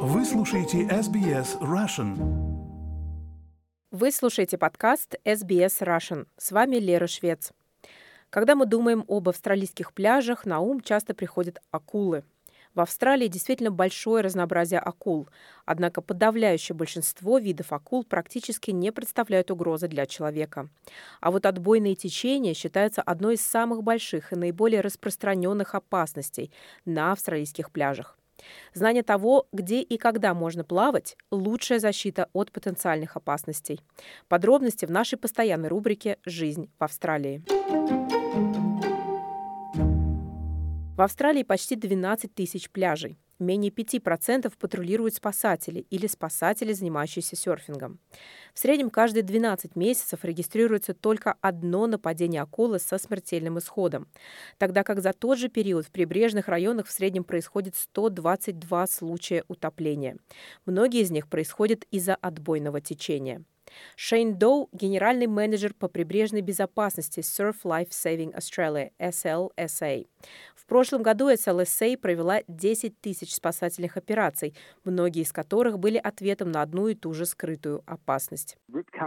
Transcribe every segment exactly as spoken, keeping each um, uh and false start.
Вы слушаете эс би эс Russian. Вы слушаете подкаст эс би эс Russian. С вами Лера Швец. Когда мы думаем об австралийских пляжах, на ум часто приходят акулы. В Австралии действительно большое разнообразие акул, однако подавляющее большинство видов акул практически не представляют угрозы для человека. А вот отбойные течения считаются одной из самых больших и наиболее распространенных опасностей на австралийских пляжах. Знание того, где и когда можно плавать – лучшая защита от потенциальных опасностей. Подробности в нашей постоянной рубрике «Жизнь в Австралии». В Австралии почти двенадцать тысяч пляжей. Менее пяти процентов патрулируют спасатели или спасатели, занимающиеся серфингом. В среднем каждые двенадцать месяцев регистрируется только одно нападение акулы со смертельным исходом, тогда как за тот же период в прибрежных районах в среднем происходит сто двадцать два случая утопления. Многие из них происходят из-за отбойного течения. Шейн Доу – генеральный менеджер по прибрежной безопасности Surf Life Saving Australia, эс эл эс эй. В прошлом году эс эл эс эй провела десять тысяч спасательных операций, многие из которых были ответом на одну и ту же скрытую опасность.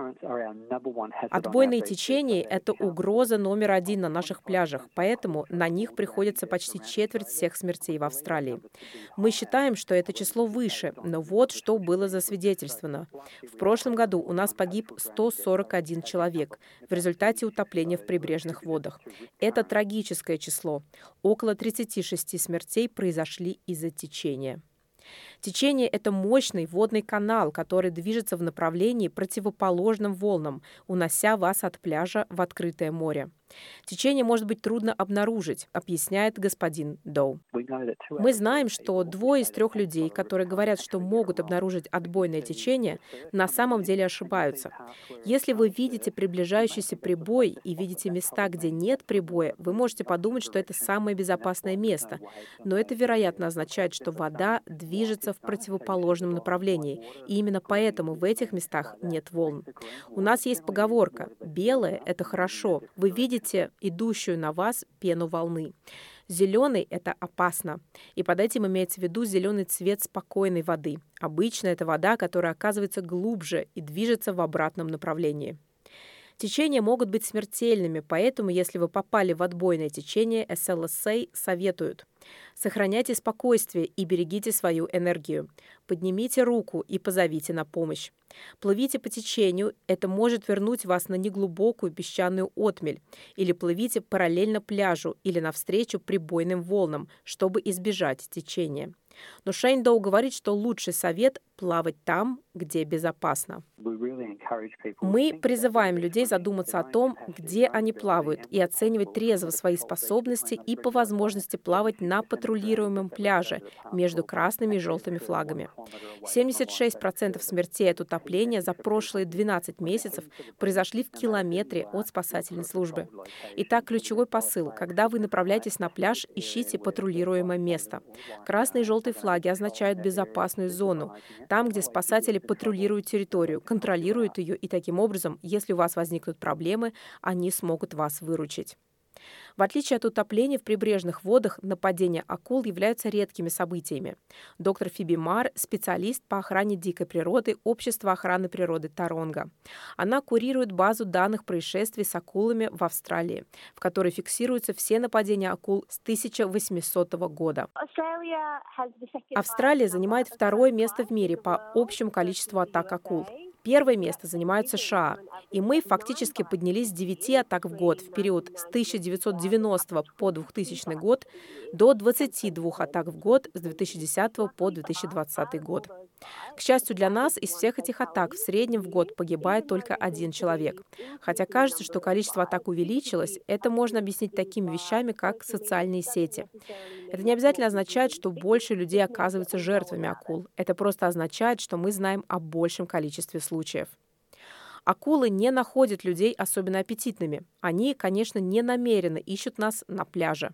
Отбойные течения – это угроза номер один на наших пляжах, поэтому на них приходится почти четверть всех смертей в Австралии. Мы считаем, что это число выше, но вот что было засвидетельствовано. В прошлом году у нас погиб сто сорок один человек в результате утопления в прибрежных водах. Это трагическое число. Около тридцати шести смертей произошли из-за течения. Течение – это мощный водный канал, который движется в направлении противоположным волнам, унося вас от пляжа в открытое море. Течение может быть трудно обнаружить, объясняет господин Доу. Мы знаем, что двое из трех людей, которые говорят, что могут обнаружить отбойное течение, на самом деле ошибаются. Если вы видите приближающийся прибой и видите места, где нет прибоя, вы можете подумать, что это самое безопасное место. Но это, вероятно, означает, что вода движется в противоположном направлении, и именно поэтому в этих местах нет волн. У нас есть поговорка «белое – это хорошо». Вы видите идущую на вас пену волны. Зеленый – это опасно. И под этим имеется в виду зеленый цвет спокойной воды. Обычно это вода, которая оказывается глубже и движется в обратном направлении. Течения могут быть смертельными, поэтому, если вы попали в отбойное течение, эс эл эс эй советуют: сохраняйте спокойствие и берегите свою энергию. Поднимите руку и позовите на помощь. Плывите по течению, это может вернуть вас на неглубокую песчаную отмель. Или плывите параллельно пляжу или навстречу прибойным волнам, чтобы избежать течения. Но Шейн Доу говорит, что лучший совет – плавать там, где безопасно. Мы призываем людей задуматься о том, где они плавают, и оценивать трезво свои способности и по возможности плавать на патрулируемом пляже между красными и желтыми флагами. семьдесят шесть процентов смертей от утопления за прошлые двенадцать месяцев произошли в километре от спасательной службы. Итак, ключевой посыл. Когда вы направляетесь на пляж, ищите патрулируемое место. Красные и желтые флаги означают безопасную зону, там, где спасатели патрулируют территорию, контролируют ее, и таким образом, если у вас возникнут проблемы, они смогут вас выручить. В отличие от утопления в прибрежных водах, нападения акул являются редкими событиями. Доктор Фиби Мар – специалист по охране дикой природы Общества охраны природы Таронга. Она курирует базу данных происшествий с акулами в Австралии, в которой фиксируются все нападения акул с тысяча восьмисотого года. Австралия занимает второе место в мире по общему количеству атак акул. Первое место занимают США, и мы фактически поднялись с девяти атак в год в период с тысяча девятьсот девяностого по двухтысячный год до двадцати двух атак в год с две тысячи десятого по две тысячи двадцатый год. К счастью для нас, из всех этих атак в среднем в год погибает только один человек. Хотя кажется, что количество атак увеличилось, это можно объяснить такими вещами, как социальные сети. Это не обязательно означает, что больше людей оказываются жертвами акул. Это просто означает, что мы знаем о большем количестве случаев. Акулы не находят людей особенно аппетитными. Они, конечно, не намеренно ищут нас на пляже.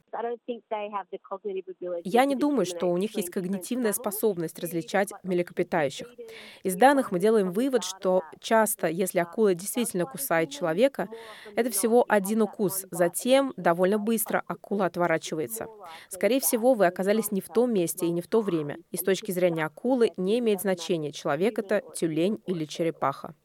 Я не думаю, что у них есть когнитивная способность различать млекопитающих. Из данных мы делаем вывод, что часто, если акула действительно кусает человека, это всего один укус. Затем довольно быстро акула отворачивается. Скорее всего, вы оказались не в том месте и не в то время. И с точки зрения акулы не имеет значения, человек это, тюлень или черепаха.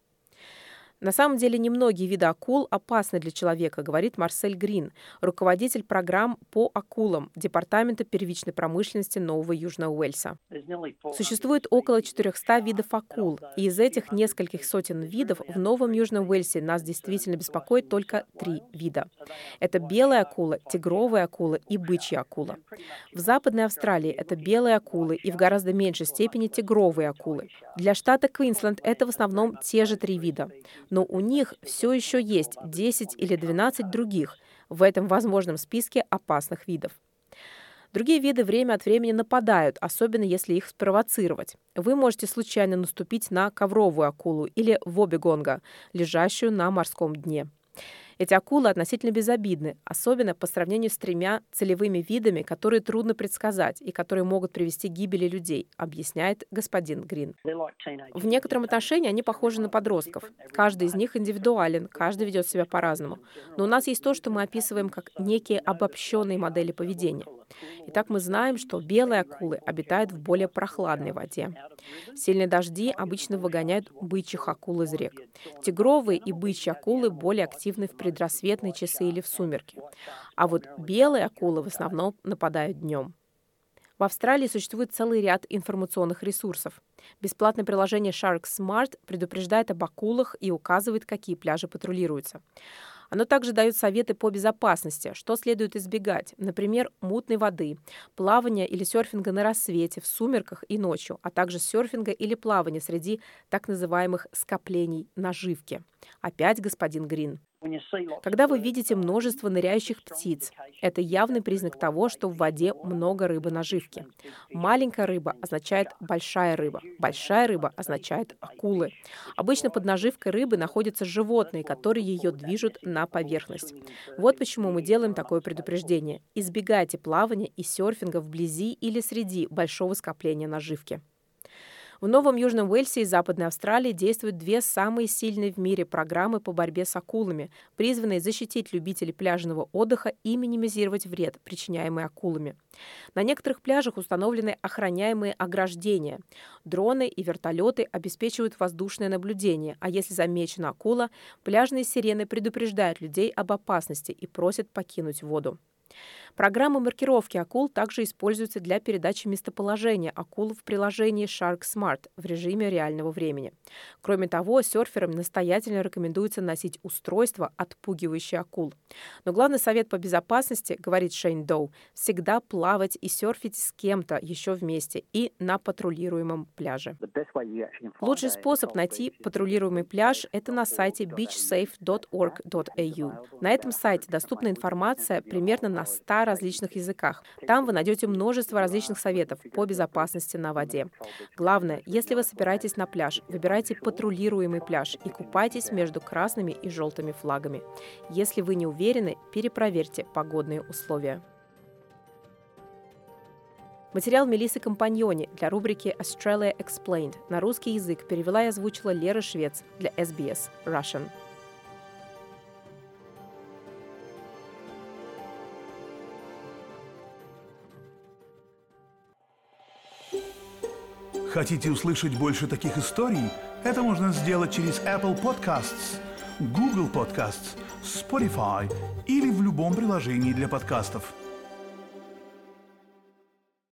На самом деле, немногие виды акул опасны для человека, говорит Марсель Грин, руководитель программ по акулам Департамента первичной промышленности Нового Южного Уэльса. Существует около четырехсот видов акул, и из этих нескольких сотен видов в Новом Южном Уэльсе нас действительно беспокоит только три вида. Это белая акула, тигровая акула и бычья акула. В Западной Австралии это белые акулы и в гораздо меньшей степени тигровые акулы. Для штата Квинсленд это в основном те же три вида. Но у них все еще есть десять или двенадцать других в этом возможном списке опасных видов. Другие виды время от времени нападают, особенно если их спровоцировать. Вы можете случайно наступить на ковровую акулу или вобегонга, лежащую на морском дне. Эти акулы относительно безобидны, особенно по сравнению с тремя целевыми видами, которые трудно предсказать и которые могут привести к гибели людей, объясняет господин Грин. В некотором отношении они похожи на подростков. Каждый из них индивидуален, каждый ведет себя по-разному. Но у нас есть то, что мы описываем как некие обобщенные модели поведения. Итак, мы знаем, что белые акулы обитают в более прохладной воде. Сильные дожди обычно выгоняют бычьих акул из рек. Тигровые и бычьи акулы более активны в предрассветные часы или в сумерки. А вот белые акулы в основном нападают днем. В Австралии существует целый ряд информационных ресурсов. Бесплатное приложение Shark Smart предупреждает об акулах и указывает, какие пляжи патрулируются. Оно также дает советы по безопасности, что следует избегать, например, мутной воды, плавания или серфинга на рассвете, в сумерках и ночью, а также серфинга или плавания среди так называемых скоплений наживки. Опять господин Грин. Когда вы видите множество ныряющих птиц, это явный признак того, что в воде много рыбы наживки. Маленькая рыба означает большая рыба, большая рыба означает акулы. Обычно под наживкой рыбы находятся животные, которые ее движут на поверхность. Вот почему мы делаем такое предупреждение. Избегайте плавания и серфинга вблизи или среди большого скопления наживки. В Новом Южном Уэльсе и Западной Австралии действуют две самые сильные в мире программы по борьбе с акулами, призванные защитить любителей пляжного отдыха и минимизировать вред, причиняемый акулами. На некоторых пляжах установлены охраняемые ограждения. Дроны и вертолеты обеспечивают воздушное наблюдение, а если замечена акула, пляжные сирены предупреждают людей об опасности и просят покинуть воду. Программа маркировки акул также используется для передачи местоположения акул в приложении Shark Smart в режиме реального времени. Кроме того, серферам настоятельно рекомендуется носить устройство, отпугивающее акул. Но главный совет по безопасности, говорит Шейн Доу, всегда плавать и серфить с кем-то еще вместе и на патрулируемом пляже. Лучший способ найти патрулируемый пляж – это на сайте beach safe dot org dot a u. На этом сайте доступна информация примерно на ста различных языках. Там вы найдете множество различных советов по безопасности на воде. Главное, если вы собираетесь на пляж, выбирайте патрулируемый пляж и купайтесь между красными и желтыми флагами. Если вы не уверены, перепроверьте погодные условия. Материал Мелиссы Компаньони для рубрики Australia Explained на русский язык перевела и озвучила Лера Швец для эс би эс Russian. Хотите услышать больше таких историй? Это можно сделать через Apple Podcasts, Google Podcasts, Spotify или в любом приложении для подкастов.